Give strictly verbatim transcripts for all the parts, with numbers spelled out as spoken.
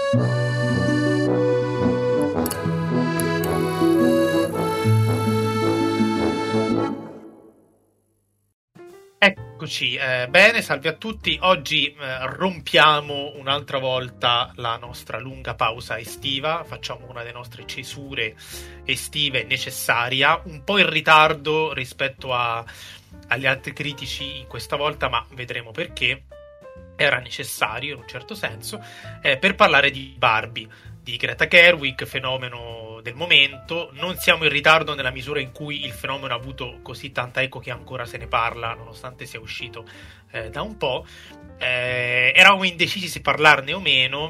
Eccoci, eh, bene, salve a tutti. Oggi eh, rompiamo un'altra volta la nostra lunga pausa estiva, facciamo una delle nostre cesure estive necessaria, un po' in ritardo rispetto a, agli altri critici in questa volta, ma vedremo perché. Era necessario in un certo senso, eh, per parlare di Barbie, di Greta Gerwig, fenomeno del momento. Non siamo in ritardo nella misura in cui il fenomeno ha avuto così tanta eco che ancora se ne parla, nonostante sia uscito eh, da un po'. Eh, eravamo indecisi se parlarne o meno,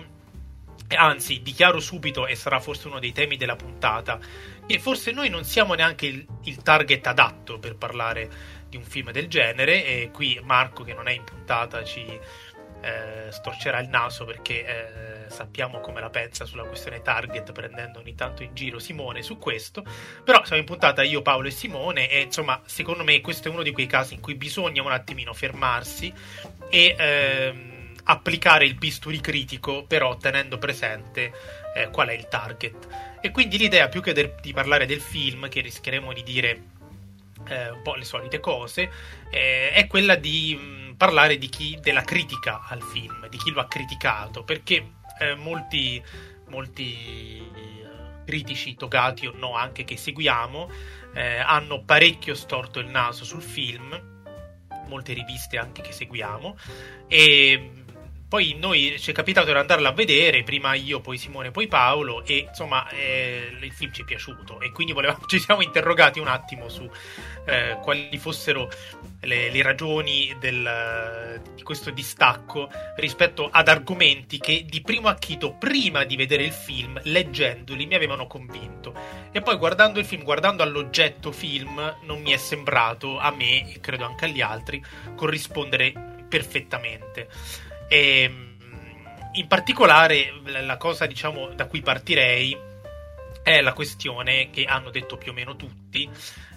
anzi, dichiaro subito, e sarà forse uno dei temi della puntata, che forse noi non siamo neanche il, il target adatto per parlare di un film del genere, e qui Marco, che non è in puntata, ci Eh, storcerà il naso perché eh, sappiamo come la pensa sulla questione target, prendendo ogni tanto in giro Simone su questo. Però siamo in puntata io, Paolo e Simone, e insomma secondo me questo è uno di quei casi in cui bisogna un attimino fermarsi e ehm, applicare il bisturi critico, però tenendo presente eh, qual è il target. E quindi l'idea, più che de- di parlare del film, che rischieremo di dire eh, un po' le solite cose, eh, è quella di mh, parlare di chi, della critica al film, di chi lo ha criticato, perché eh, molti molti eh, critici, togati o no, anche che seguiamo, eh, hanno parecchio storto il naso sul film, molte riviste anche che seguiamo, e poi noi ci è capitato di andarla a vedere, prima io, poi Simone, poi Paolo, e insomma eh, il film ci è piaciuto, e quindi volevamo, ci siamo interrogati un attimo su eh, quali fossero le, le ragioni del, di questo distacco rispetto ad argomenti che di primo acchito, prima di vedere il film, leggendoli, mi avevano convinto, e poi guardando il film, guardando all'oggetto film, non mi è sembrato, a me e credo anche agli altri, corrispondere perfettamente. E in particolare la cosa, diciamo, da cui partirei è la questione che hanno detto più o meno tutti,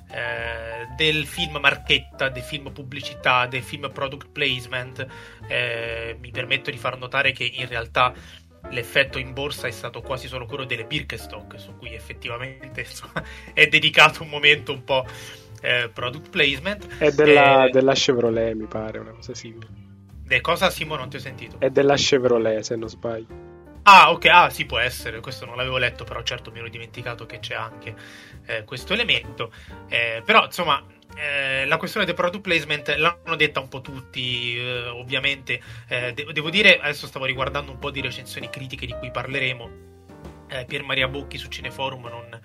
eh, del film marchetta, del film pubblicità, del film product placement. Eh, mi permetto di far notare che in realtà l'effetto in borsa è stato quasi solo quello delle Birkenstock, su cui effettivamente insomma, è dedicato un momento un po' eh, product placement. È della, eh, della Chevrolet, mi pare, una cosa simile. De cosa, Simo? Non ti ho sentito. È della Chevrolet, se non sbaglio. Ah, ok, ah, sì, può essere, questo non l'avevo letto, però certo mi ero dimenticato che c'è anche eh, questo elemento. Eh, però, insomma, eh, la questione del product placement l'hanno detta un po' tutti, eh, ovviamente. Eh, de- devo dire, adesso stavo riguardando un po' di recensioni critiche di cui parleremo. Eh, Pier Maria Bocchi su Cineforum non,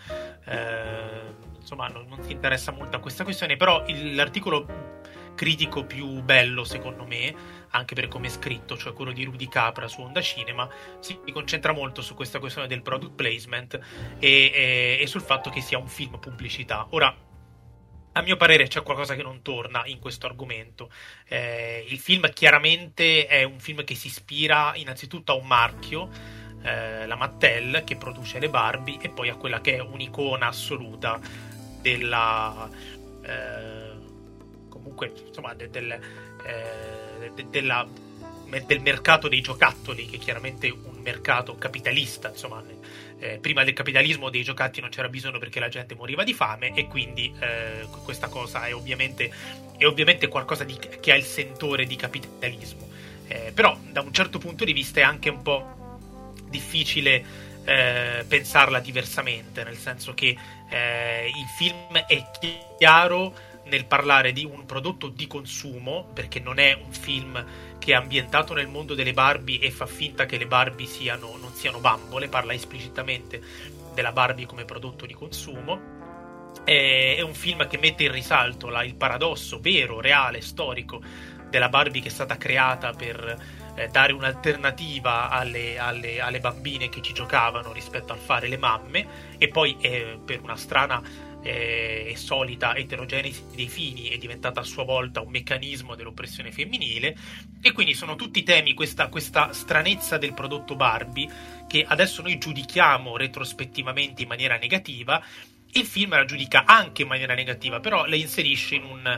eh, insomma, non, non si interessa molto a questa questione, però il, l'articolo critico più bello, secondo me, anche per come è scritto, cioè quello di Rudy Capra su Onda Cinema, si concentra molto su questa questione del product placement e, e, e sul fatto che sia un film pubblicità. Ora, a mio parere c'è qualcosa che non torna in questo argomento. Eh, il film chiaramente è un film che si ispira innanzitutto a un marchio, eh, la Mattel, che produce le Barbie, e poi a quella che è un'icona assoluta della... Eh, comunque insomma de, del, eh, de, della, del mercato dei giocattoli, che è chiaramente un mercato capitalista, insomma eh, prima del capitalismo dei giocattoli non c'era bisogno perché la gente moriva di fame, e quindi eh, questa cosa è ovviamente, è ovviamente qualcosa di, che ha il sentore di capitalismo, eh, però da un certo punto di vista è anche un po' difficile eh, pensarla diversamente, nel senso che eh, il film è chiaro nel parlare di un prodotto di consumo, perché non è un film che è ambientato nel mondo delle Barbie e fa finta che le Barbie siano, non siano bambole, parla esplicitamente della Barbie come prodotto di consumo. È un film che mette in risalto la, il paradosso vero, reale, storico della Barbie, che è stata creata per eh, dare un'alternativa alle, alle, alle bambine che ci giocavano rispetto al fare le mamme, e poi eh, per una strana e solita eterogenesi dei fini è diventata a sua volta un meccanismo dell'oppressione femminile. E quindi sono tutti temi, questa, questa stranezza del prodotto Barbie, che adesso noi giudichiamo retrospettivamente in maniera negativa. Il film la giudica anche in maniera negativa, però la inserisce in un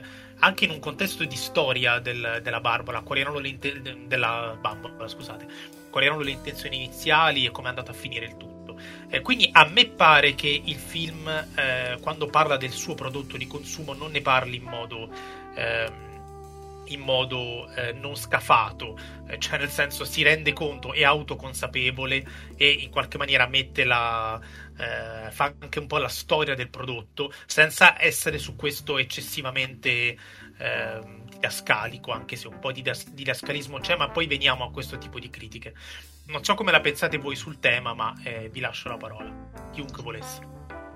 anche in un contesto di storia del, della Bambola, quali erano le inte- della bambola, scusate, quali erano le intenzioni iniziali e come è andato a finire il tutto. Eh, quindi a me pare che il film, eh, quando parla del suo prodotto di consumo, non ne parli in modo eh, in modo eh, non scafato, eh, cioè nel senso si rende conto, è autoconsapevole e in qualche maniera mette la eh, fa anche un po' la storia del prodotto senza essere su questo eccessivamente eh, didascalico, anche se un po' di didas- didascalismo c'è, ma poi veniamo a questo tipo di critiche. Non so come la pensate voi sul tema, ma eh, vi lascio la parola, chiunque volesse.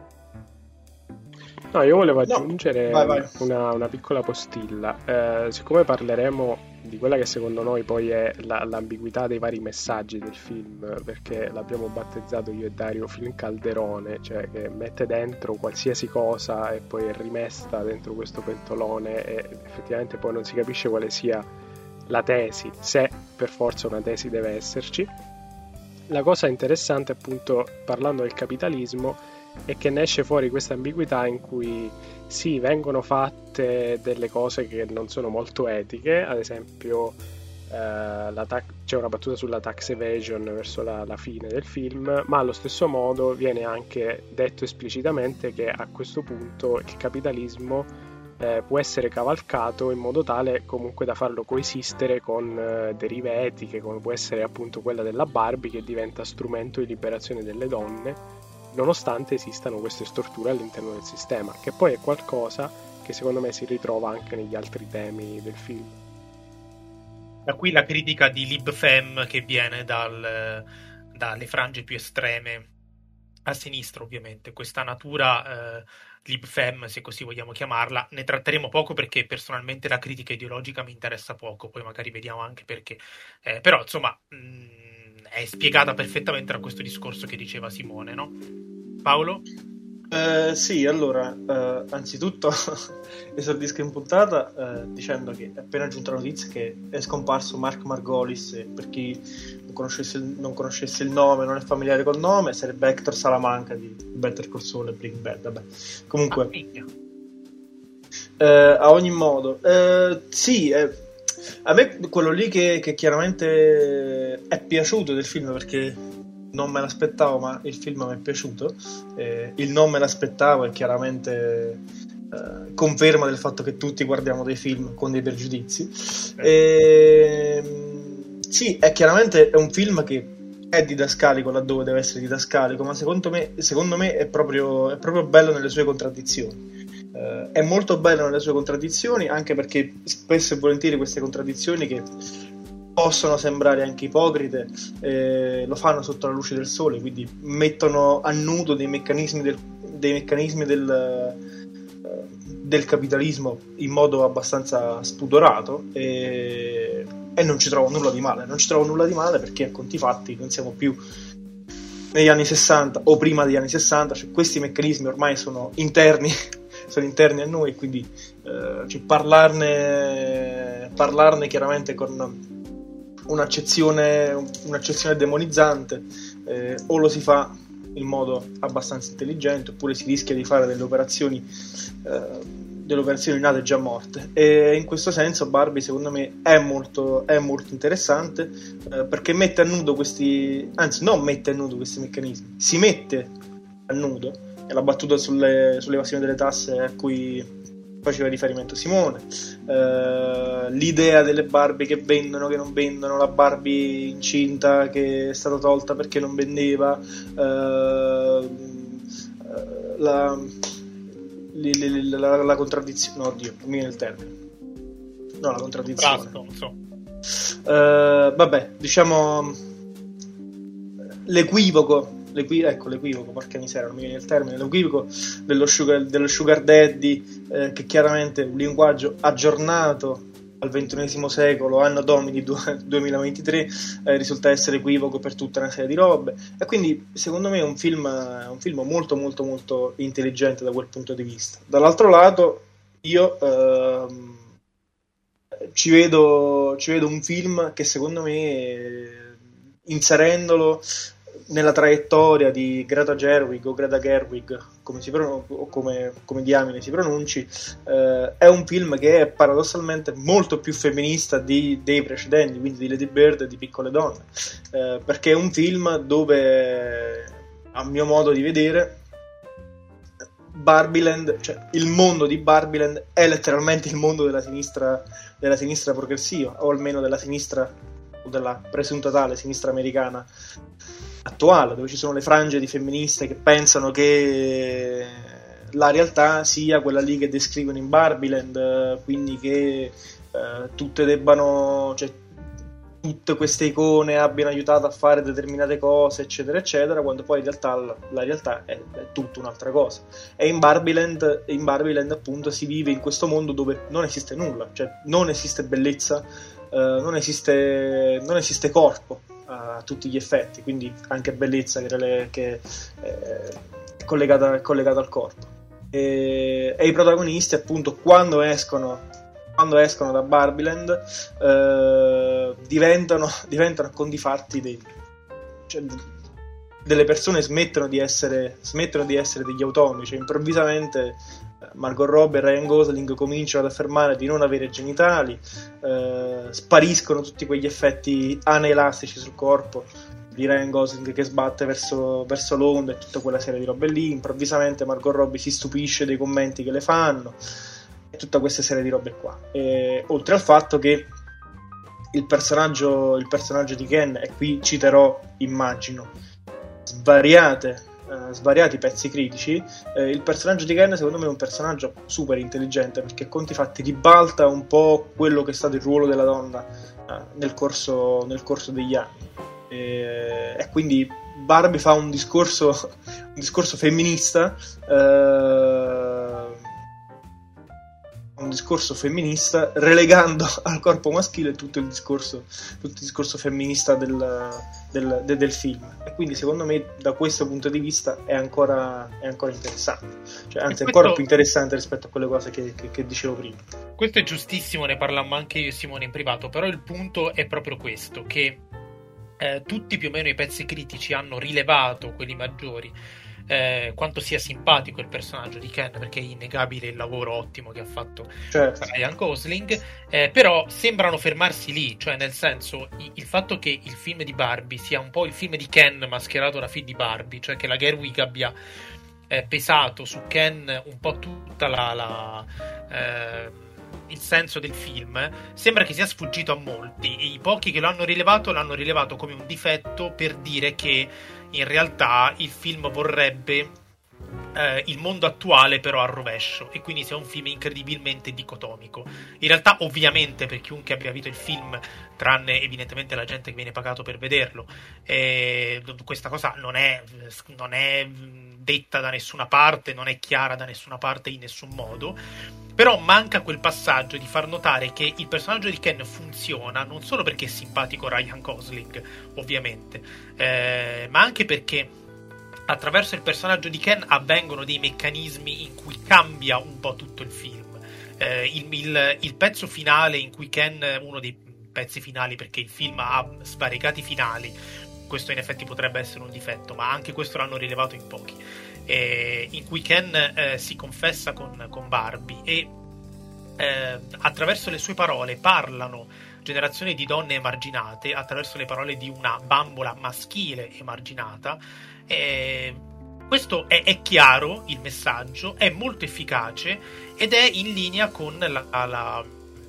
No, io volevo No, aggiungere vai, vai. Una, una piccola postilla. Eh, siccome parleremo di quella che secondo noi poi è la- l'ambiguità dei vari messaggi del film, perché l'abbiamo battezzato io e Dario film calderone, cioè che mette dentro qualsiasi cosa e poi è rimessa dentro questo pentolone e effettivamente poi non si capisce quale sia la tesi, se per forza una tesi deve esserci. La cosa interessante, appunto, parlando del capitalismo, è che ne esce fuori questa ambiguità in cui sì, vengono fatte delle cose che non sono molto etiche, ad esempio eh, la ta- c'è una battuta sulla tax evasion verso la, la fine del film, ma allo stesso modo viene anche detto esplicitamente che a questo punto il capitalismo eh, può essere cavalcato in modo tale comunque da farlo coesistere con eh, derive etiche, come può essere appunto quella della Barbie, che diventa strumento di liberazione delle donne nonostante esistano queste storture all'interno del sistema, che poi è qualcosa che secondo me si ritrova anche negli altri temi del film. Da qui la critica di LibFem che viene dal, dalle frange più estreme a sinistra, ovviamente. Questa natura eh, LibFem, se così vogliamo chiamarla, ne tratteremo poco perché personalmente la critica ideologica mi interessa poco, poi magari vediamo anche perché. Eh, però, insomma, mh, è spiegata perfettamente da questo discorso che diceva Simone, no? Paolo? Eh, sì, allora, eh, anzitutto esordisco in puntata eh, dicendo che è appena giunta la notizia che è scomparso Mark Margolis, e per chi non conoscesse, il, non conoscesse il nome, non è familiare col nome, sarebbe Hector Salamanca di Better Call Saul e Breaking Bad, vabbè. Comunque, eh, a ogni modo, eh, sì, eh, a me quello lì che, che chiaramente è piaciuto del film, perché non me l'aspettavo, ma il film mi è piaciuto. Eh, il non me l'aspettavo è chiaramente eh, conferma del fatto che tutti guardiamo dei film con dei pregiudizi. Eh, sì, è chiaramente è un film che è didascalico laddove deve essere didascalico, ma secondo me, secondo me è, proprio, è proprio bello nelle sue contraddizioni. Eh, è molto bello nelle sue contraddizioni, anche perché spesso e volentieri queste contraddizioni, che possono sembrare anche ipocrite, eh, lo fanno sotto la luce del sole, quindi mettono a nudo dei meccanismi del, dei meccanismi del, eh, del capitalismo in modo abbastanza spudorato, e, e non ci trovo nulla di male. Non ci trovo nulla di male perché a conti fatti non siamo più negli anni sessanta o prima degli anni sessanta, cioè questi meccanismi ormai sono interni sono interni a noi, quindi eh, cioè parlarne parlarne chiaramente con un'accezione, un'accezione demonizzante, eh, o lo si fa in modo abbastanza intelligente, oppure si rischia di fare delle operazioni eh, delle operazioni nate già morte. E in questo senso Barbie secondo me è molto, è molto interessante, eh, perché mette a nudo questi, anzi non mette a nudo questi meccanismi, si mette a nudo. È la battuta sulle, sull'evasione delle tasse a cui faceva riferimento Simone, uh, l'idea delle Barbie che vendono, che non vendono, la Barbie incinta che è stata tolta perché non vendeva, uh, la, li, li, la, la contraddizione, no oddio, non mi viene il termine, no la contraddizione, Prasto, non so. uh, vabbè, diciamo l'equivoco L'equi- ecco l'equivoco, porca miseria, non mi viene il termine, l'equivoco dello sugar, dello sugar daddy, eh, che chiaramente è un linguaggio aggiornato al ventunesimo secolo, anno domini duemilaventitré, eh, risulta essere equivoco per tutta una serie di robe, e quindi secondo me è un film, un film molto molto molto intelligente da quel punto di vista. Dall'altro lato io ehm, ci vedo ci vedo un film che secondo me, inserendolo nella traiettoria di Greta Gerwig o Greta Gerwig, come, si pro- o come, come diamine si pronunci, eh, è un film che è paradossalmente molto più femminista di, dei precedenti, quindi di Lady Bird e di Piccole Donne, eh, perché è un film dove, a mio modo di vedere, Barbieland, cioè il mondo di Barbieland è letteralmente il mondo della sinistra, della sinistra progressiva, o almeno della sinistra, o della presunta tale sinistra americana attuale, dove ci sono le frange di femministe che pensano che la realtà sia quella lì che descrivono in Barbieland, quindi che eh, tutte debbano, cioè tutte queste icone abbiano aiutato a fare determinate cose, eccetera eccetera, quando poi in realtà la, la realtà è, è tutta un'altra cosa. E in Barbieland, in Barbieland appunto si vive in questo mondo dove non esiste nulla, cioè non esiste bellezza, eh, non esiste non esiste corpo a tutti gli effetti, quindi anche bellezza che, le, che eh, è collegata, è collegata al corpo. E, e i protagonisti appunto quando escono quando escono da Barbieland eh, diventano, diventano con di fatti dei, cioè, delle persone smettono di essere smettono di essere degli automi, cioè improvvisamente Margot Robbie e Ryan Gosling cominciano ad affermare di non avere genitali, eh, spariscono tutti quegli effetti anelastici sul corpo di Ryan Gosling che sbatte verso, verso l'onda e tutta quella serie di robe lì. Improvvisamente Margot Robbie si stupisce dei commenti che le fanno e tutta questa serie di robe qua, e, oltre al fatto che il personaggio il personaggio di Ken, e qui citerò, immagino, svariate Uh, svariati pezzi critici, eh, il personaggio di Ken secondo me è un personaggio super intelligente, perché a conti fatti ribalta un po' quello che è stato il ruolo della donna uh, nel corso nel corso degli anni, e, e quindi Barbie fa un discorso un discorso femminista uh, un discorso femminista relegando al corpo maschile tutto il discorso tutto il discorso femminista del, del, del, del film, e quindi secondo me da questo punto di vista è ancora, è ancora interessante, cioè, anzi è ancora più interessante rispetto a quelle cose che, che, che dicevo prima. Questo è giustissimo, ne parlammo anche io e Simone in privato, però il punto è proprio questo, che eh, tutti più o meno i pezzi critici hanno rilevato, quelli maggiori, Eh, quanto sia simpatico il personaggio di Ken, perché è innegabile il lavoro ottimo che ha fatto certo. Ryan Gosling, eh, però sembrano fermarsi lì, cioè nel senso il, il fatto che il film di Barbie sia un po' il film di Ken mascherato da film di Barbie, cioè che la Gerwig abbia eh, pesato su Ken un po' tutta la, la eh, il senso del film, sembra che sia sfuggito a molti. I pochi che lo hanno rilevato l'hanno rilevato come un difetto, per dire che in realtà il film vorrebbe eh, il mondo attuale però al rovescio, e quindi sia un film incredibilmente dicotomico. In realtà, ovviamente, per chiunque abbia visto il film, tranne evidentemente la gente che viene pagato per vederlo, eh, questa cosa non è, non è detta da nessuna parte, non è chiara da nessuna parte in nessun modo, però manca quel passaggio di far notare che il personaggio di Ken funziona non solo perché è simpatico Ryan Gosling, ovviamente, eh, ma anche perché attraverso il personaggio di Ken avvengono dei meccanismi in cui cambia un po' tutto il film. Eh, il, il, il pezzo finale in cui Ken, uno dei pezzi finali, perché il film ha svariati finali, questo in effetti potrebbe essere un difetto, ma anche questo l'hanno rilevato in pochi, eh, in cui Ken eh, si confessa con, con Barbie e eh, attraverso le sue parole parlano generazioni di donne emarginate, attraverso le parole di una bambola maschile emarginata. Eh, questo è, è chiaro, il messaggio è molto efficace ed è in linea con la, la,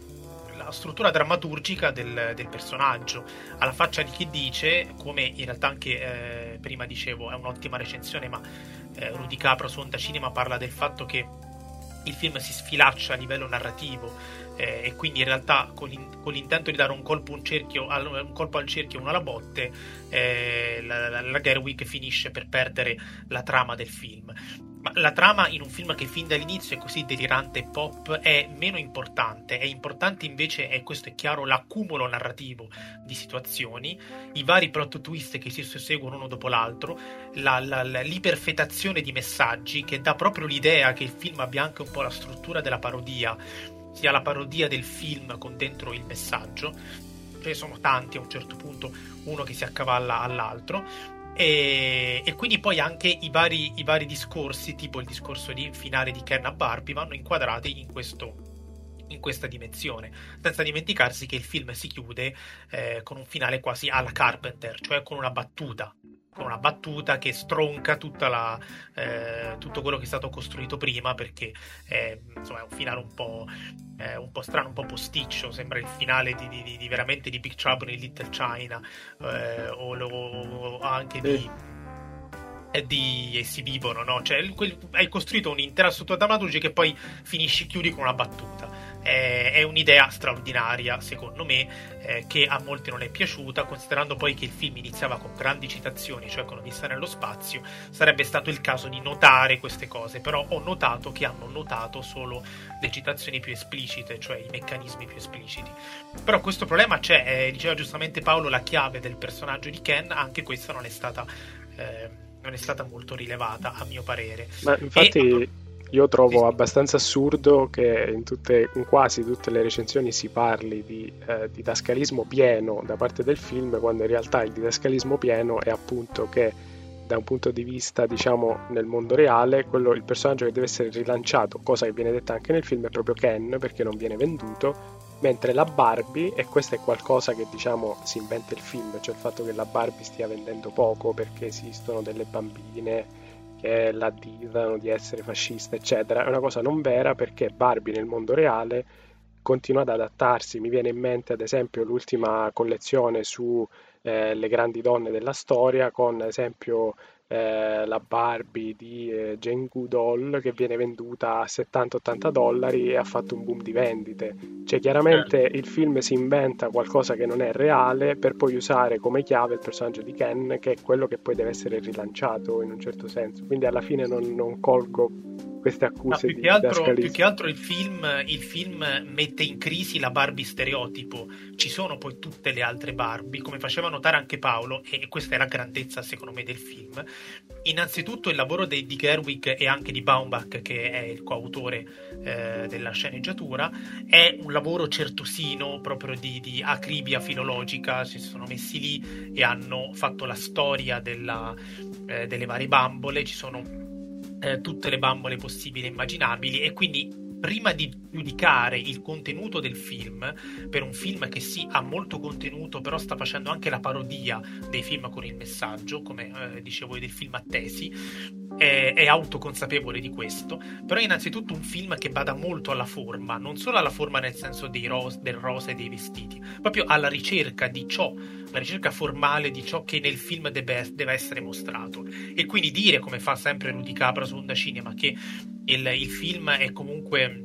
la struttura drammaturgica del, del personaggio, alla faccia di chi dice, come in realtà anche eh, prima dicevo, è un'ottima recensione, ma eh, Rudy Capra su Onda Cinema parla del fatto che il film si sfilaccia a livello narrativo, eh, e quindi in realtà con, in, con l'intento di dare un colpo, un, cerchio, un colpo al cerchio e uno alla botte, eh, la, la, la Gerwig finisce per perdere la trama del film. Ma la trama in un film che fin dall'inizio è così delirante e pop è meno importante. È importante invece, e questo è chiaro, l'accumulo narrativo di situazioni, i vari plot twist che si susseguono uno dopo l'altro, la, la, la, l'iperfetazione di messaggi che dà proprio l'idea che il film abbia anche un po' la struttura della parodia, sia la parodia del film con dentro il messaggio. Ce ne sono tanti a un certo punto, uno che si accavalla all'altro. E, e quindi poi anche i vari, i vari discorsi, tipo il discorso di finale di Ken a Barbie, vanno inquadrati in questo in questa dimensione, senza dimenticarsi che il film si chiude eh, con un finale quasi alla Carpenter, cioè con una battuta con una battuta che stronca tutta la, eh, tutto quello che è stato costruito prima, perché eh, insomma, è un finale un po', eh, un po' strano, un po' posticcio, sembra il finale di, di, di veramente di Big Trouble in Little China, eh, o, lo, o anche di eh. di Essi vivono, no? Cioè, quel, hai costruito un'intera sottotramaturgia che poi finisci, chiudi con una battuta. È, è un'idea straordinaria, secondo me, eh, che a molti non è piaciuta, considerando poi che il film iniziava con grandi citazioni, cioè con Odissea nello spazio. Sarebbe stato il caso di notare queste cose, però ho notato che hanno notato solo le citazioni più esplicite, cioè i meccanismi più espliciti. Però questo problema c'è, eh, diceva giustamente Paolo, la chiave del personaggio di Ken, anche questa non è stata eh, non è stata molto rilevata, a mio parere. Ma infatti e... io trovo abbastanza assurdo che in, tutte, in quasi tutte le recensioni si parli di eh, didascalismo pieno da parte del film, quando in realtà il didascalismo pieno è appunto che da un punto di vista, diciamo, nel mondo reale, quello, il personaggio che deve essere rilanciato, cosa che viene detta anche nel film, è proprio Ken, perché non viene venduto, mentre la Barbie, e questo è qualcosa che, diciamo, si inventa il film, cioè il fatto che la Barbie stia vendendo poco perché esistono delle bambine che la additano di essere fascista, eccetera, è una cosa non vera, perché Barbie nel mondo reale continua ad adattarsi. Mi viene in mente ad esempio l'ultima collezione su eh, le grandi donne della storia, con ad esempio eh, la Barbie di eh, Jane Goodall, che viene venduta a settanta ottanta dollari e ha fatto un boom di vendite. Cioè chiaramente il film si inventa qualcosa che non è reale per poi usare come chiave il personaggio di Ken, che è quello che poi deve essere rilanciato in un certo senso. Quindi alla fine non, non colgo queste accuse no, più di che altro, più che altro il film, il film mette in crisi la Barbie stereotipo. Ci sono poi tutte le altre Barbie, come faceva notare anche Paolo, e questa è la grandezza secondo me del film. Innanzitutto il lavoro di, di Gerwig e anche di Baumbach, che è il coautore eh, della sceneggiatura, è un lavoro certosino, proprio di, di acribia filologica. Si sono messi lì e hanno fatto la storia della, eh, delle varie bambole. Ci sono Eh, tutte le bambole possibili e immaginabili, e quindi prima di giudicare il contenuto del film, per un film che sì ha molto contenuto però sta facendo anche la parodia dei film con il messaggio, come eh, dicevo io, del film Attesi, è, è autoconsapevole di questo. Però è innanzitutto un film che bada molto alla forma, non solo alla forma nel senso dei ros- del rosa e dei vestiti, proprio alla ricerca di ciò, la ricerca formale di ciò che nel film deve, deve essere mostrato. E quindi dire, come fa sempre Rudy Capra su Onda Cinema, che il, il film è comunque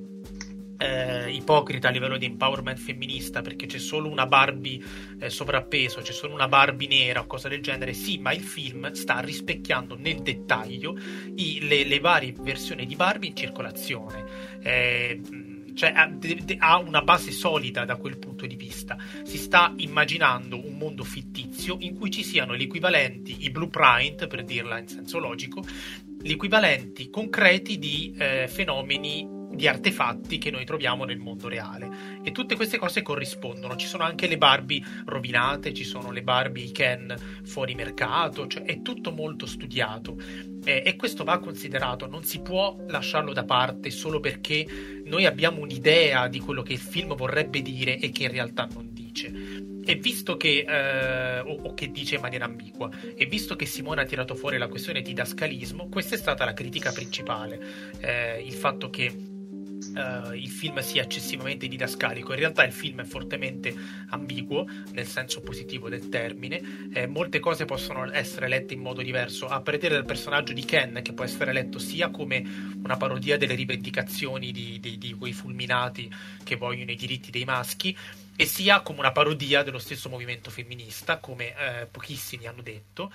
eh, ipocrita a livello di empowerment femminista perché c'è solo una Barbie eh, sovrappeso, c'è solo una Barbie nera o cosa del genere, sì, ma il film sta rispecchiando nel dettaglio i, le, le varie versioni di Barbie in circolazione. eh, Cioè ha una base solida da quel punto di vista. Si sta immaginando un mondo fittizio in cui ci siano gli equivalenti, i blueprint, per dirla in senso logico, gli equivalenti concreti di eh, fenomeni, di artefatti che noi troviamo nel mondo reale, e tutte queste cose corrispondono. Ci sono anche le Barbie rovinate, ci sono le Barbie Ken fuori mercato, cioè è tutto molto studiato, eh, e questo va considerato, non si può lasciarlo da parte solo perché noi abbiamo un'idea di quello che il film vorrebbe dire e che in realtà non dice. E visto che eh, o, o che dice in maniera ambigua, e visto che Simone ha tirato fuori la questione di didascalismo, questa è stata la critica principale, eh, il fatto che Uh, il film sia eccessivamente didascalico. In realtà il film è fortemente ambiguo nel senso positivo del termine, eh, molte cose possono essere lette in modo diverso, a partire dal personaggio di Ken, che può essere letto sia come una parodia delle rivendicazioni di, di, di quei fulminati che vogliono i diritti dei maschi, e sia come una parodia dello stesso movimento femminista, come eh, pochissimi hanno detto.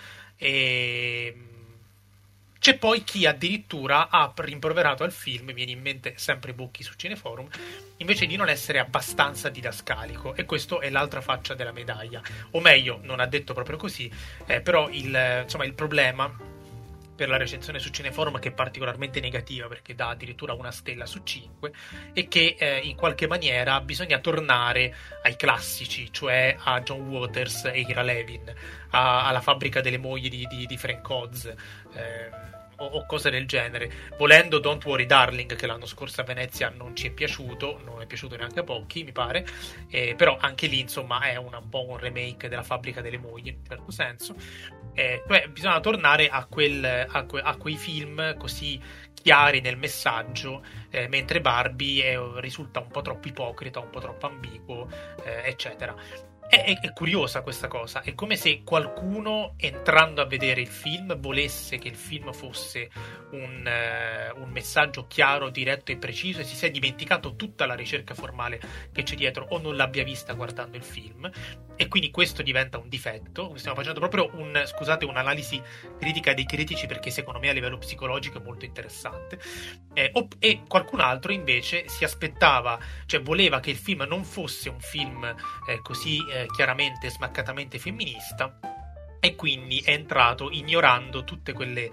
E c'è poi chi addirittura ha rimproverato al film, mi viene in mente sempre Bocchi su Cineforum, invece di non essere abbastanza didascalico, e questo è l'altra faccia della medaglia. O meglio, non ha detto proprio così, eh, però il, insomma, il problema per la recensione su Cineforum, che è particolarmente negativa perché dà addirittura una stella su cinque, e che eh, in qualche maniera bisogna tornare ai classici, cioè a John Waters e Ira Levin, a, alla Fabbrica delle mogli di, di, di Frank Oz, eh, o, o cose del genere. Volendo Don't Worry Darling, che l'anno scorso a Venezia non ci è piaciuto, non è piaciuto neanche a pochi mi pare, eh, però anche lì insomma è una, un po' un remake della Fabbrica delle mogli in un certo senso. Eh, cioè bisogna tornare a, quel, a, que, a quei film così chiari nel messaggio, eh, mentre Barbie è, risulta un po' troppo ipocrita, un po' troppo ambiguo, eh, eccetera. È, è, è curiosa questa cosa, è come se qualcuno entrando a vedere il film volesse che il film fosse un, uh, un messaggio chiaro, diretto e preciso, e si sia dimenticato tutta la ricerca formale che c'è dietro o non l'abbia vista guardando il film, e quindi questo diventa un difetto. Stiamo facendo proprio un, scusate, un'analisi critica dei critici, perché secondo me a livello psicologico è molto interessante, eh, op- e qualcun altro invece si aspettava, cioè voleva che il film non fosse un film eh, così eh, chiaramente smaccatamente femminista, e quindi è entrato ignorando tutte quelle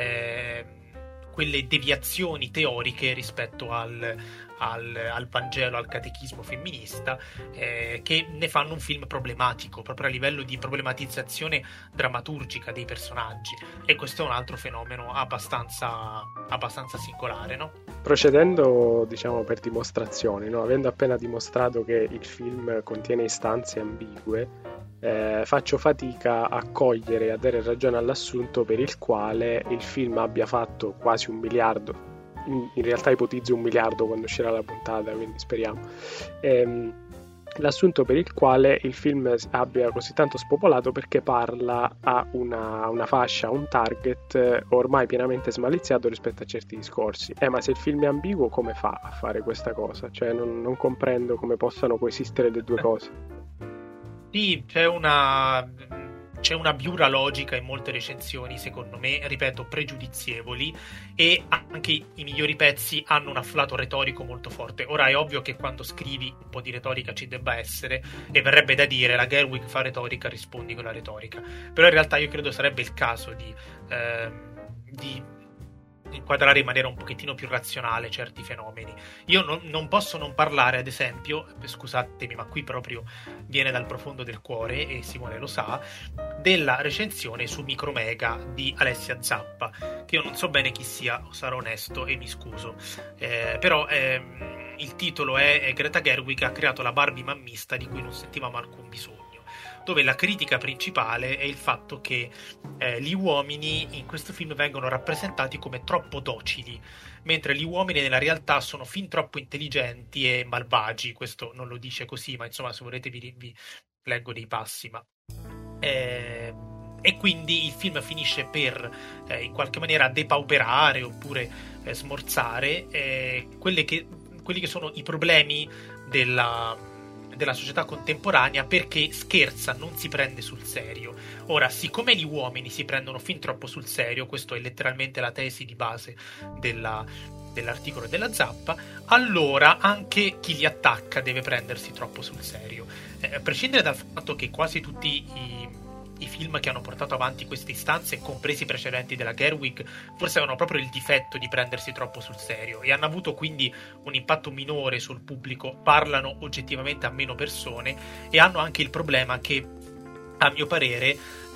eh, quelle deviazioni teoriche rispetto al, al, al Vangelo, al catechismo femminista, eh, che ne fanno un film problematico proprio a livello di problematizzazione drammaturgica dei personaggi, e questo è un altro fenomeno abbastanza abbastanza singolare, no? Procedendo, diciamo, per dimostrazioni, no? Avendo appena dimostrato che il film contiene istanze ambigue, eh, faccio fatica a cogliere e a dare ragione all'assunto per il quale il film abbia fatto quasi un miliardo. In, in realtà ipotizzo un miliardo quando uscirà la puntata, quindi speriamo. Ehm, l'assunto per il quale il film abbia così tanto spopolato perché parla a una, una fascia, un target ormai pienamente smaliziato rispetto a certi discorsi. Eh, ma se il film è ambiguo, come fa a fare questa cosa? Cioè non, non comprendo come possano coesistere le due cose. Sì, c'è una c'è una biura logica in molte recensioni, secondo me, ripeto, pregiudizievoli, e anche i migliori pezzi hanno un afflato retorico molto forte. Ora è ovvio che quando scrivi un po' di retorica ci debba essere, e verrebbe da dire la Gerwig fa retorica, rispondi con la retorica, però in realtà io credo sarebbe il caso di, ehm, di inquadrare in maniera un pochettino più razionale certi fenomeni. Io non, non posso non parlare, ad esempio, scusatemi, ma qui proprio viene dal profondo del cuore, e Simone lo sa, della recensione su Micromega di Alessia Zappa, che io non so bene chi sia, sarò onesto e mi scuso, eh, però ehm, il titolo è, è Greta Gerwig ha creato la Barbie mammista di cui non sentivamo alcun bisogno, dove la critica principale è il fatto che eh, gli uomini in questo film vengono rappresentati come troppo docili, mentre gli uomini nella realtà sono fin troppo intelligenti e malvagi. Questo non lo dice così, ma insomma, se volete vi, vi leggo dei passi, ma eh, e quindi il film finisce per eh, in qualche maniera depauperare oppure eh, smorzare eh, quelle che, quelli che sono i problemi della della società contemporanea, perché scherza, non si prende sul serio. Ora, siccome gli uomini si prendono fin troppo sul serio, questo è letteralmente la tesi di base della, dell'articolo della Zappa, allora anche chi li attacca deve prendersi troppo sul serio. Eh, a prescindere dal fatto che quasi tutti i i film che hanno portato avanti queste istanze, compresi i precedenti della Gerwig, forse avevano proprio il difetto di prendersi troppo sul serio e hanno avuto quindi un impatto minore sul pubblico, parlano oggettivamente a meno persone e hanno anche il problema che, a mio parere,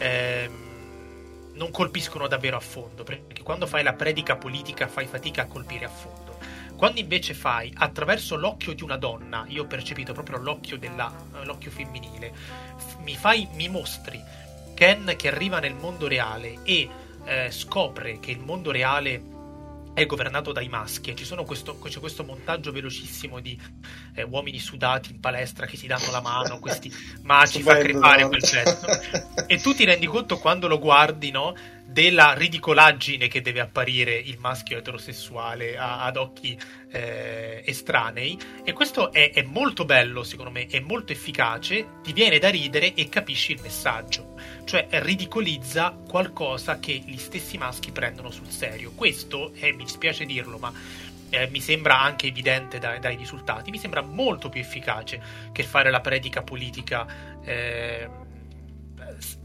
ehm, non colpiscono davvero a fondo, perché quando fai la predica politica fai fatica a colpire a fondo. Quando invece fai attraverso l'occhio di una donna, io ho percepito proprio l'occhio della, l'occhio femminile, mi fai, mi mostri Ken che arriva nel mondo reale e eh, scopre che il mondo reale è governato dai maschi, e ci sono questo, c'è questo montaggio velocissimo di eh, uomini sudati in palestra che si danno la mano, questi ma ci fa crepare quel gesto, e tu ti rendi conto quando lo guardi, no, della ridicolaggine che deve apparire il maschio eterosessuale a, ad occhi eh, estranei, e questo è, è molto bello, secondo me, è molto efficace, ti viene da ridere e capisci il messaggio, cioè ridicolizza qualcosa che gli stessi maschi prendono sul serio. Questo, eh, mi dispiace dirlo, ma eh, mi sembra anche evidente dai, dai risultati, mi sembra molto più efficace che fare la predica politica eh,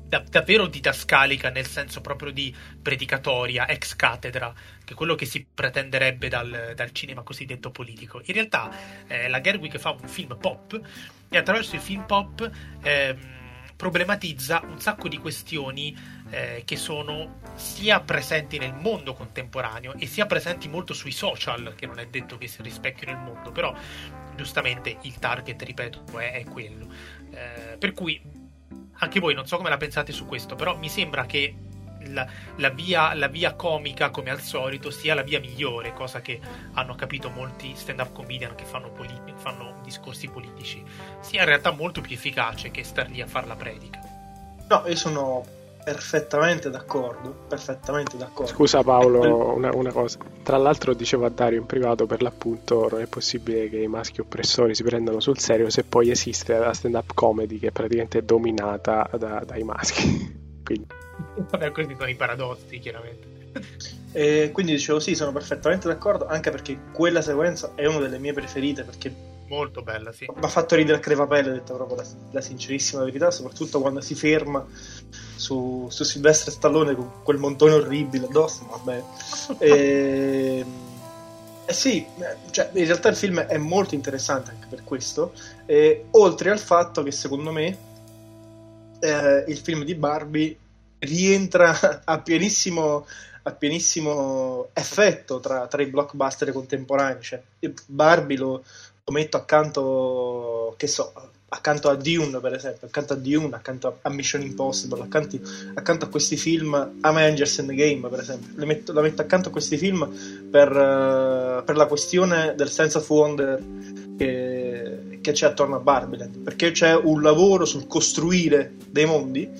da, davvero didascalica, nel senso proprio di predicatoria, ex cathedra, che è quello che si pretenderebbe dal, dal cinema cosiddetto politico. In realtà eh, la Gerwig fa un film pop e attraverso il film pop eh, problematizza un sacco di questioni eh, che sono sia presenti nel mondo contemporaneo e sia presenti molto sui social, che non è detto che si rispecchino il mondo, però giustamente il target, ripeto, è, è quello. Eh, per cui anche voi non so come la pensate su questo, però mi sembra che la, la, via, la via comica, come al solito, sia la via migliore, cosa che hanno capito molti stand-up comedian che fanno, politi- fanno discorsi politici, sia in realtà molto più efficace che star lì a far la predica. No, io sono perfettamente d'accordo, perfettamente d'accordo. Scusa Paolo, una, una cosa. Tra l'altro dicevo a Dario in privato, per l'appunto non è possibile che i maschi oppressori si prendano sul serio se poi esiste la stand-up comedy che praticamente è dominata da, dai maschi. Quindi. Vabbè, questi sono i paradossi, chiaramente. E quindi dicevo sì, sono perfettamente d'accordo, anche perché quella sequenza è una delle mie preferite, perché molto bella, sì. Mi ha fatto ridere a crepapelle, detta proprio la, la sincerissima verità, soprattutto quando si ferma su, su Sylvester Stallone con quel montone orribile addosso, vabbè. E, eh sì, cioè, in realtà il film è molto interessante anche per questo, e, oltre al fatto che secondo me eh, il film di Barbie rientra a pienissimo, a pienissimo effetto tra, tra i blockbuster contemporanei. Cioè, Barbie lo lo metto accanto, che so, accanto a Dune, per esempio, accanto a Dune, accanto a Mission Impossible, accanto, accanto a questi film, Avengers Endgame, per esempio, le metto, la metto accanto a questi film per, uh, per la questione del sense of wonder che, che c'è attorno a Barbieland, perché c'è un lavoro sul costruire dei mondi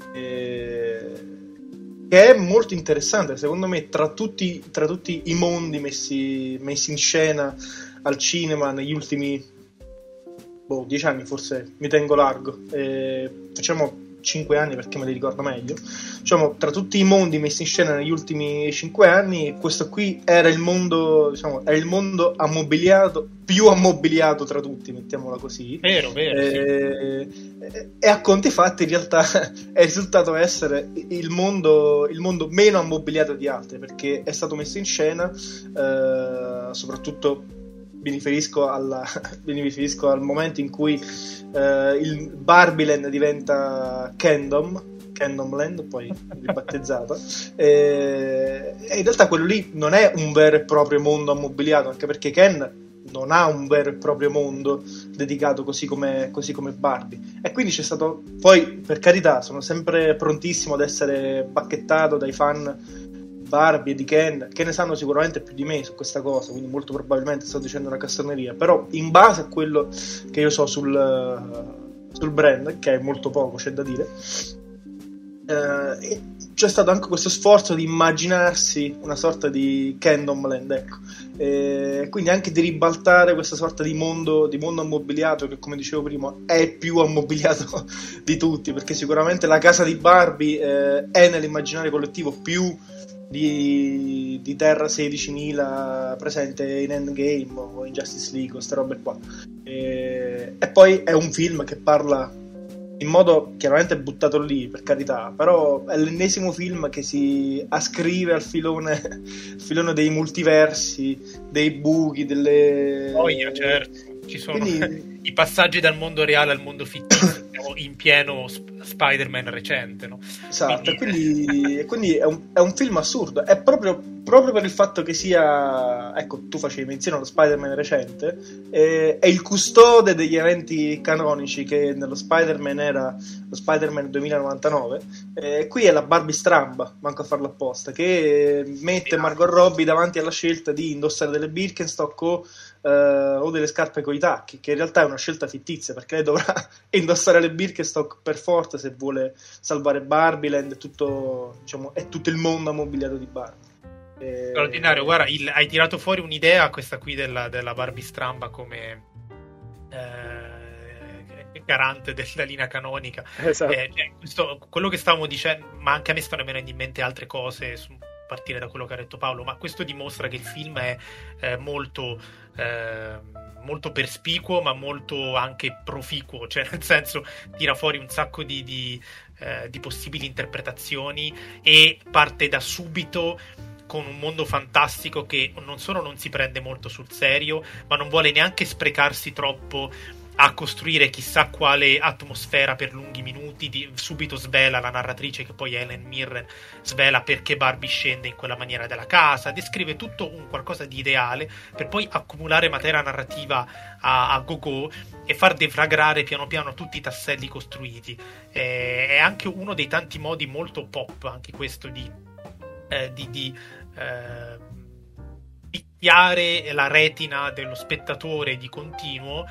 eh, che è molto interessante, secondo me, tra tutti, tra tutti i mondi messi, messi in scena al cinema negli ultimi boh, dieci anni, forse mi tengo largo, eh, facciamo cinque anni perché me li ricordo meglio, diciamo, tra tutti i mondi messi in scena negli ultimi cinque anni, questo qui era il mondo, diciamo, è il mondo ammobiliato, più ammobiliato tra tutti, mettiamola così. Vero, vero. Eh, sì. E a conti fatti in realtà è risultato essere il mondo, il mondo meno ammobiliato di altri, perché è stato messo in scena eh, soprattutto mi riferisco, alla, mi riferisco al momento in cui eh, il Barbieland diventa Kendom, Kendomland, poi ribattezzata, e, e in realtà quello lì non è un vero e proprio mondo ammobiliato, anche perché Ken non ha un vero e proprio mondo dedicato così come, così come Barbie, e quindi c'è stato, poi per carità sono sempre prontissimo ad essere bacchettato dai fan Barbie e di Ken, che ne sanno sicuramente più di me su questa cosa, quindi molto probabilmente sto dicendo una castroneria, però in base a quello che io so sul, sul brand, che è molto poco, c'è da dire, eh, c'è stato anche questo sforzo di immaginarsi una sorta di Kendomland, ecco, e quindi anche di ribaltare questa sorta di mondo, di mondo ammobiliato che, come dicevo prima, è più ammobiliato di tutti, perché sicuramente la casa di Barbie eh, è nell'immaginario collettivo più Di, di Terra sedicimila presente in Endgame o in Justice League, queste robe qua, e, e poi è un film che parla in modo chiaramente buttato lì, per carità, però è l'ennesimo film che si ascrive al filone, filone dei multiversi, dei buchi, delle... Oh, yeah, certo. Ci sono quindi... i passaggi dal mondo reale al mondo fittizio in pieno sp- Spider-Man recente, no? Esatto, quindi, quindi, quindi è, un, è un film assurdo, è proprio, proprio per il fatto che sia, ecco, tu facevi menzione allo Spider-Man recente, eh, è il custode degli eventi canonici che nello Spider-Man era lo Spider-Man duemilanovantanove, eh, qui è la Barbie stramba, manco a farlo apposta, che mette Margot Robbie davanti alla scelta di indossare delle Birkenstock o Uh, o delle scarpe coi tacchi, che in realtà è una scelta fittizia, perché lei dovrà indossare le Birkenstock per forza se vuole salvare Barbieland e tutto, diciamo, è tutto il mondo ammobiliato di Barbie. E... straordinario, guarda, il, hai tirato fuori un'idea, questa qui della, della Barbie stramba come eh, garante della linea canonica. Esatto. Eh, cioè, questo, quello che stavamo dicendo, ma anche a me stanno venendo in mente altre cose su, partire da quello che ha detto Paolo, ma questo dimostra che il film è eh, molto eh, molto perspicuo, ma molto anche proficuo, cioè nel senso tira fuori un sacco di, di, eh, di possibili interpretazioni e parte da subito con un mondo fantastico che non solo non si prende molto sul serio, ma non vuole neanche sprecarsi troppo a costruire chissà quale atmosfera per lunghi minuti. Di, subito svela la narratrice, che poi è Helen Mirren, svela perché Barbie scende in quella maniera dalla casa, descrive tutto un qualcosa di ideale per poi accumulare materia narrativa a, a go-go e far deflagrare piano piano tutti i tasselli costruiti. Eh, è anche uno dei tanti modi molto pop, anche questo, di eh, di, di eh, picchiare la retina dello spettatore di continuo,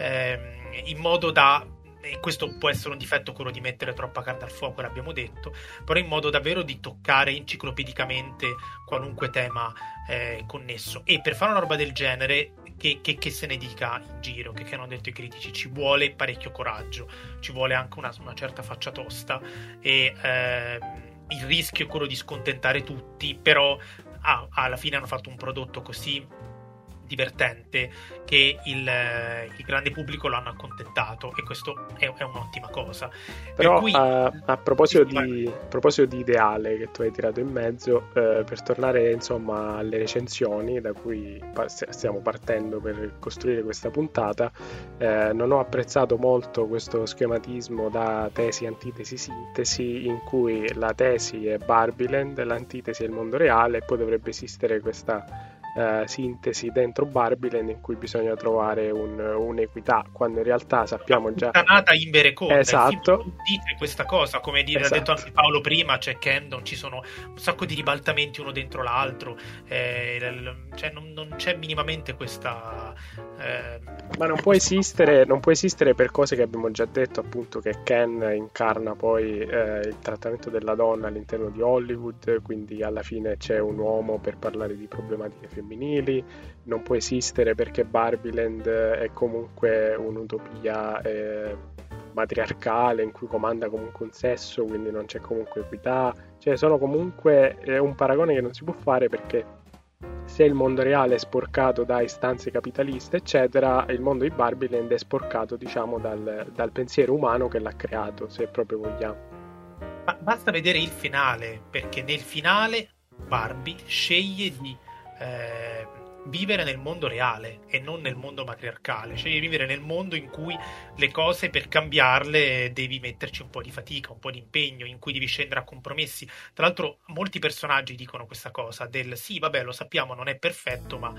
ehm, in modo da, e questo può essere un difetto, quello di mettere troppa carne al fuoco, l'abbiamo detto, però in modo davvero di toccare enciclopedicamente qualunque tema eh, connesso. E per fare una roba del genere, che, che, che se ne dica in giro, che, che hanno detto i critici, ci vuole parecchio coraggio, ci vuole anche una, una certa faccia tosta, e ehm, il rischio è quello di scontentare tutti, però ah, alla fine hanno fatto un prodotto così divertente che il, il grande pubblico l'hanno accontentato, e questo è, è un'ottima cosa. Però per cui, a, a, proposito di, a proposito di ideale che tu hai tirato in mezzo, eh, per tornare insomma alle recensioni da cui stiamo partendo per costruire questa puntata, eh, non ho apprezzato molto questo schematismo da tesi, antitesi, sintesi, in cui la tesi è Barbieland, l'antitesi è il mondo reale, e poi dovrebbe esistere questa Uh, sintesi dentro Barbieland in cui bisogna trovare un, un'equità, quando in realtà sappiamo già nata in Bereconda, esatto, dice questa cosa, come dire, esatto. Ha detto anche Paolo prima, c'è Camden, ci sono un sacco di ribaltamenti uno dentro l'altro, eh, l- cioè non, non c'è minimamente questa eh, ma non può esistere non può esistere per cose che abbiamo già detto, appunto, che Ken incarna poi eh, il trattamento della donna all'interno di Hollywood, quindi alla fine c'è un uomo per parlare di problematiche femminili. Non può esistere perché Barbieland è comunque un'utopia eh, matriarcale in cui comanda comunque un sesso, quindi non c'è comunque equità, cioè sono comunque è un paragone che non si può fare, perché se il mondo reale è sporcato da istanze capitaliste eccetera, il mondo di Barbieland è sporcato, diciamo, dal, dal pensiero umano che l'ha creato, se proprio vogliamo. Ma basta vedere il finale, perché nel finale Barbie sceglie di eh, vivere nel mondo reale e non nel mondo matriarcale, sceglie di vivere nel mondo in cui le cose, per cambiarle, devi metterci un po' di fatica, un po' di impegno, in cui devi scendere a compromessi. Tra l'altro molti personaggi dicono questa cosa del sì, vabbè, lo sappiamo, non è perfetto, ma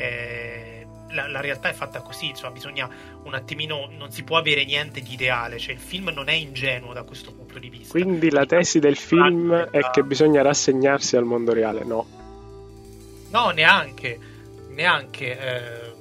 eh, la, la realtà è fatta così, insomma, bisogna un attimino, non si può avere niente di ideale, cioè il film non è ingenuo da questo punto di vista. Quindi la tesi del film è che bisogna rassegnarsi al mondo reale? No, no, neanche neanche eh...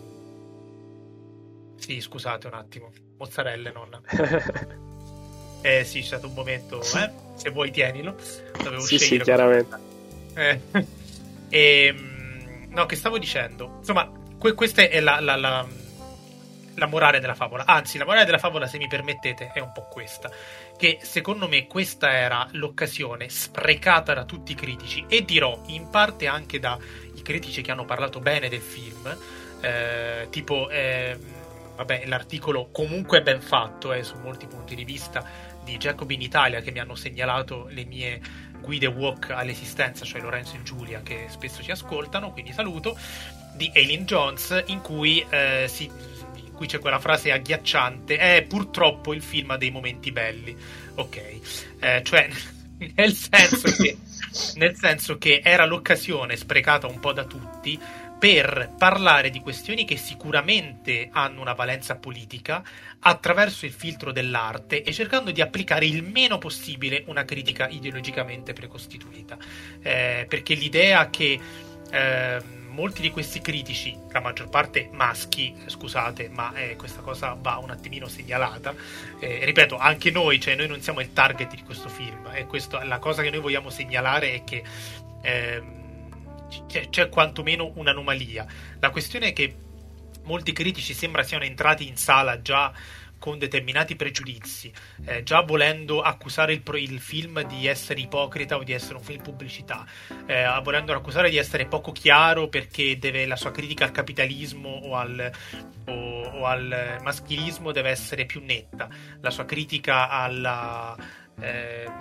sì, scusate un attimo, mozzarelle, nonna. Eh sì, c'è stato un momento, eh? Se vuoi tienilo, dovevo sì, scegliere sì, chiaramente. eh. E, no, che stavo dicendo, insomma, que- questa è la, la, la, la morale della favola, anzi la morale della favola, se mi permettete, è un po' questa, che secondo me questa era l'occasione sprecata da tutti i critici, e dirò in parte anche da i critici che hanno parlato bene del film, eh, tipo eh, vabbè, l'articolo comunque ben fatto eh, su molti punti di vista di Jacob in Italia, che mi hanno segnalato le mie guide walk all'esistenza, cioè Lorenzo e Giulia, che spesso ci ascoltano, quindi saluto, di Eileen Jones, in cui eh, si in cui c'è quella frase agghiacciante: eh, purtroppo il film ha dei momenti belli, ok, eh, cioè nel senso che nel senso che era l'occasione sprecata un po' da tutti per parlare di questioni che sicuramente hanno una valenza politica attraverso il filtro dell'arte, e cercando di applicare il meno possibile una critica ideologicamente precostituita, eh, perché l'idea che eh, molti di questi critici, la maggior parte maschi, scusate, ma eh, questa cosa va un attimino segnalata, eh, ripeto, anche noi, cioè noi non siamo il target di questo film, e questo, la cosa che noi vogliamo segnalare è che eh, c'è, c'è quantomeno un'anomalia. La questione è che molti critici sembra siano entrati in sala già con determinati pregiudizi, eh, già volendo accusare il, pro- il film di essere ipocrita o di essere un film pubblicità, eh, volendo accusare di essere poco chiaro perché deve, la sua critica al capitalismo o al, o, o al maschilismo deve essere più netta, la sua critica alla... Eh,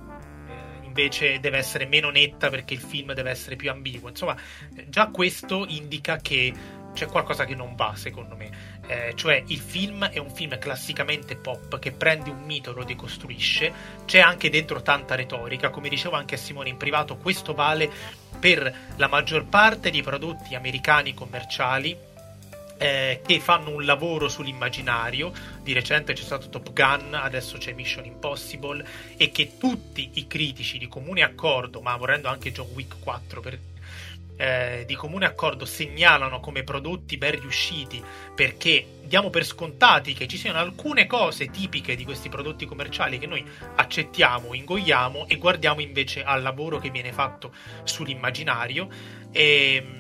invece deve essere meno netta perché il film deve essere più ambiguo. Insomma, già questo indica che c'è qualcosa che non va, secondo me. Eh, cioè, il film è un film classicamente pop che prende un mito e lo decostruisce. C'è anche dentro tanta retorica, come dicevo anche a Simone in privato. Questo vale per la maggior parte dei prodotti americani commerciali Eh, che fanno un lavoro sull'immaginario. Di recente c'è stato Top Gun, adesso c'è Mission Impossible, e che tutti i critici di comune accordo, ma volendo anche John Wick quattro per, eh, di comune accordo segnalano come prodotti ben riusciti, perché diamo per scontati che ci siano alcune cose tipiche di questi prodotti commerciali che noi accettiamo, ingoiamo, e guardiamo invece al lavoro che viene fatto sull'immaginario. E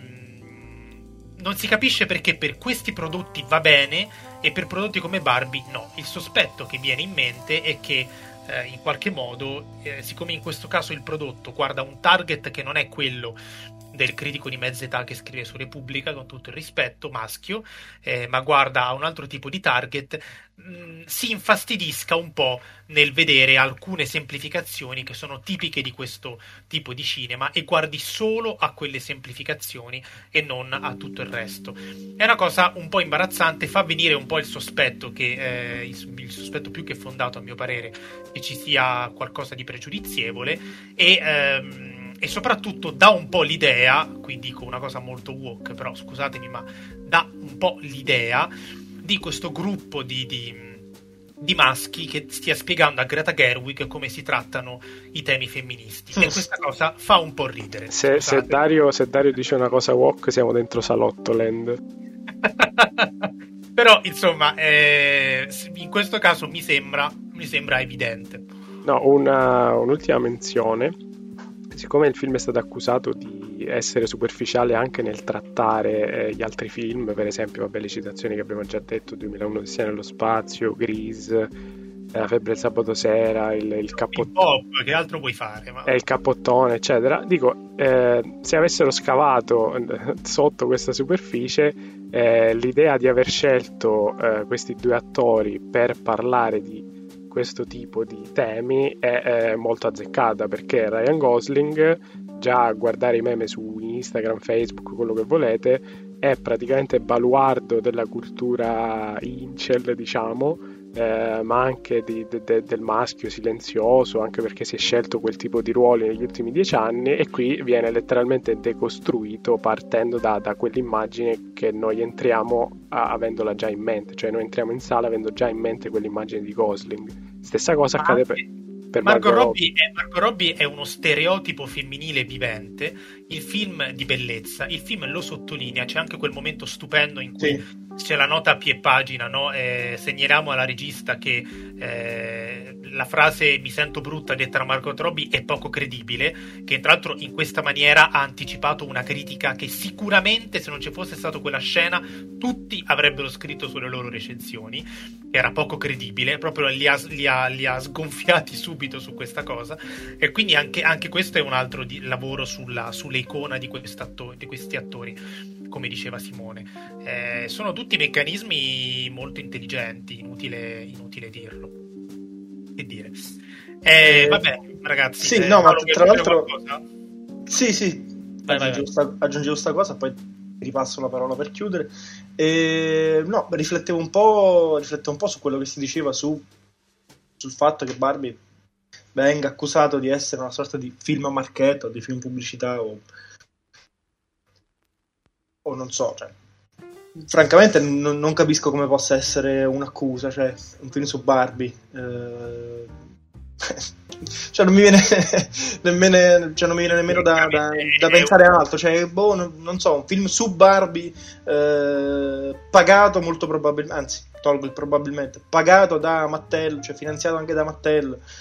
non si capisce perché per questi prodotti va bene e per prodotti come Barbie no. Il sospetto che viene in mente è che eh, in qualche modo, eh, siccome in questo caso il prodotto guarda un target che non è quello del critico di mezza età che scrive su Repubblica, con tutto il rispetto, maschio, eh, ma guarda a un altro tipo di target, mh, si infastidisca un po' nel vedere alcune semplificazioni che sono tipiche di questo tipo di cinema e guardi solo a quelle semplificazioni e non a tutto il resto. È una cosa un po' imbarazzante, fa venire un po' il sospetto che eh, il, il sospetto più che fondato, a mio parere, che ci sia qualcosa di pregiudizievole e ehm, e soprattutto dà un po' l'idea, qui dico una cosa molto woke, però scusatemi, ma dà un po' l'idea di questo gruppo di, di, di maschi che stia spiegando a Greta Gerwig come si trattano i temi femministi, e questa cosa fa un po' ridere. Se, se, Dario, se Dario dice una cosa woke siamo dentro Salottoland. Però insomma eh, in questo caso mi sembra, mi sembra evidente. No, una, un'ultima menzione. Siccome il film è stato accusato di essere superficiale anche nel trattare eh, gli altri film, per esempio, vabbè, le citazioni che abbiamo già detto, duemilauno Odissea nello spazio, Grease, eh, La febbre del sabato sera, il, il cappottone, che altro puoi fare? Ma... Eh, il cappottone, eccetera. Dico, eh, se avessero scavato eh, sotto questa superficie, eh, l'idea di aver scelto eh, questi due attori per parlare di questo tipo di temi è, è molto azzeccata, perché Ryan Gosling, già a guardare i meme su Instagram, Facebook, quello che volete, è praticamente baluardo della cultura incel, diciamo, eh, ma anche di, de, de, del maschio silenzioso, anche perché si è scelto quel tipo di ruoli negli ultimi dieci anni, e qui viene letteralmente decostruito partendo da, da quell'immagine che noi entriamo a, avendola già in mente, cioè noi entriamo in sala avendo già in mente quell'immagine di Gosling. Stessa cosa accade per, per Margot Robbie. È, Margot Robbie è uno stereotipo femminile vivente, il film di bellezza, il film lo sottolinea, c'è anche quel momento stupendo in cui sì. C'è la nota a pie pagina, no? Eh, segnaliamo alla regista che eh, la frase "mi sento brutta" detta da Margot Robbie è poco credibile, che tra l'altro in questa maniera ha anticipato una critica che sicuramente, se non ci fosse stata quella scena, tutti avrebbero scritto sulle loro recensioni, che era poco credibile, proprio li ha, li ha, li ha sgonfiati subito su questa cosa, e quindi anche, anche questo è un altro di, lavoro sulla, sull'icona di, di questi attori, come diceva Simone. Eh, sono tutti meccanismi molto intelligenti, inutile, inutile dirlo. Che dire? Eh, eh, vabbè, ragazzi. Sì, eh, no, ma tra l'altro... Qualcosa? Sì, sì. Vai, aggiungevo, vai, sta, aggiungevo sta cosa, poi ripasso la parola per chiudere. E, no, riflettevo un po', riflettevo un po' su quello che si diceva su, sul fatto che Barbie venga accusato di essere una sorta di film a marchetto, di film pubblicità o o non so, cioè, francamente n- non capisco come possa essere un'accusa, cioè un film su Barbie, eh... cioè non mi viene nemmeno, cioè non mi viene nemmeno da, da, da pensare a altro, cioè boh, non, non so, un film su Barbie eh, pagato molto probabilmente, anzi tolgo il probabilmente, pagato da Mattel, cioè finanziato anche da Mattel,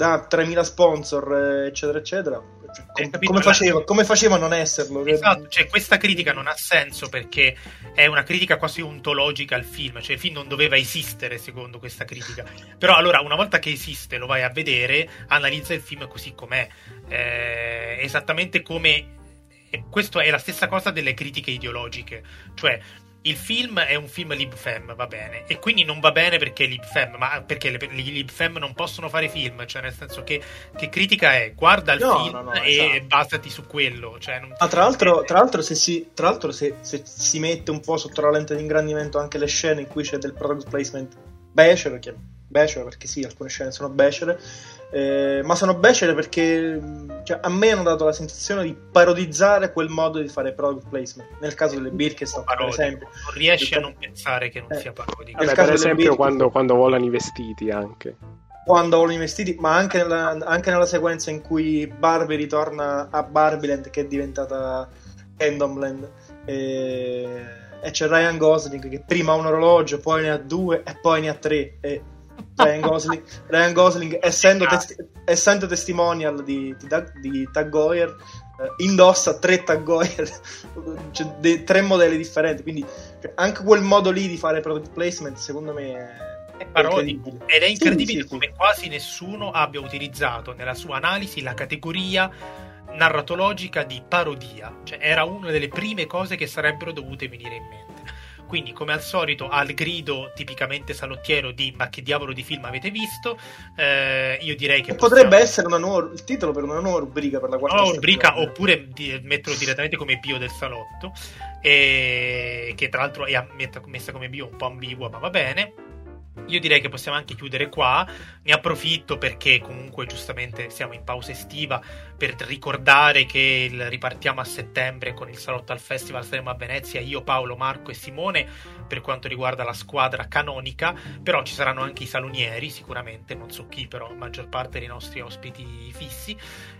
da tremila sponsor, eccetera, eccetera. Cioè, com- capito, come, faceva, come faceva a non esserlo? Esatto, cioè questa critica non ha senso perché è una critica quasi ontologica al film, cioè il film non doveva esistere secondo questa critica. Però allora una volta che esiste lo vai a vedere, analizza il film così com'è, eh, esattamente come... E questo è la stessa cosa delle critiche ideologiche, cioè il film è un film lib-fem, va bene, e quindi non va bene perché è lib-fem, ma perché le, i lib-fem non possono fare film, cioè nel senso che, che critica è guarda il no, film no, no, e esatto. basati su quello, cioè non... ah, tra l'altro, tra l'altro, se, si, tra l'altro se, se si mette un po' sotto la lente di ingrandimento anche le scene in cui c'è del product placement becero, che becero perché sì, alcune scene sono becere, eh, ma sono becere perché cioè, a me hanno dato la sensazione di parodizzare quel modo di fare product placement. Nel caso delle Birkenstock, per esempio, non riesci il... a non pensare che non eh, sia parodico. Vabbè, per esempio quando, quando volano i vestiti anche quando volano i vestiti, ma anche nella, anche nella sequenza in cui Barbie ritorna a Barbieland, che è diventata Candomland, e, e c'è Ryan Gosling che prima ha un orologio, poi ne ha due e poi ne ha tre, e Ryan Gosling, Ryan Gosling essendo, testi- essendo testimonial di, di, di Tag Heuer, eh, indossa tre Tag Heuer, cioè de- tre modelli differenti, quindi cioè, anche quel modo lì di fare product placement secondo me è, è parodico, ed è incredibile sì, sì, come sì. quasi nessuno abbia utilizzato nella sua analisi la categoria narratologica di parodia, cioè era una delle prime cose che sarebbero dovute venire in mente. Quindi, come al solito, al grido tipicamente salottiero di ma che diavolo di film avete visto, eh, io direi che potrebbe possiamo... essere una nuova, il titolo per una nuova rubrica per la quarta nuova rubrica, stagione. Oppure di, metterlo direttamente come bio del salotto, e, che tra l'altro è messa come bio un po' ambigua, ma va bene. Io direi che possiamo anche chiudere qua. Ne approfitto perché comunque giustamente siamo in pausa estiva per ricordare che il, ripartiamo a settembre con il Salotto al Festival, saremo a Venezia io, Paolo, Marco e Simone per quanto riguarda la squadra canonica, però ci saranno anche i salonieri sicuramente, non so chi, però la maggior parte dei nostri ospiti fissi,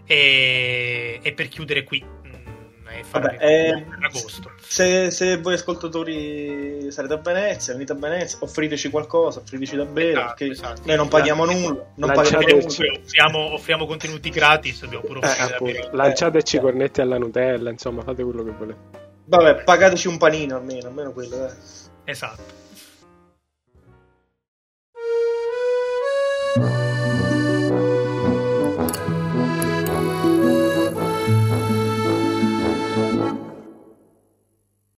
e, e per chiudere qui Vabbè, eh, agosto. Se, se voi ascoltatori sarete a Venezia, venite a Venezia, offriteci qualcosa, offriteci da bere, esatto, perché esatto. Noi non paghiamo nulla, non paghiamo nulla. Offriamo, offriamo contenuti gratis, dobbiamo pure offrire eh, lanciateci eh. cornetti alla Nutella, insomma, fate quello che volete. Vabbè, pagateci un panino almeno, almeno quello, eh. Esatto.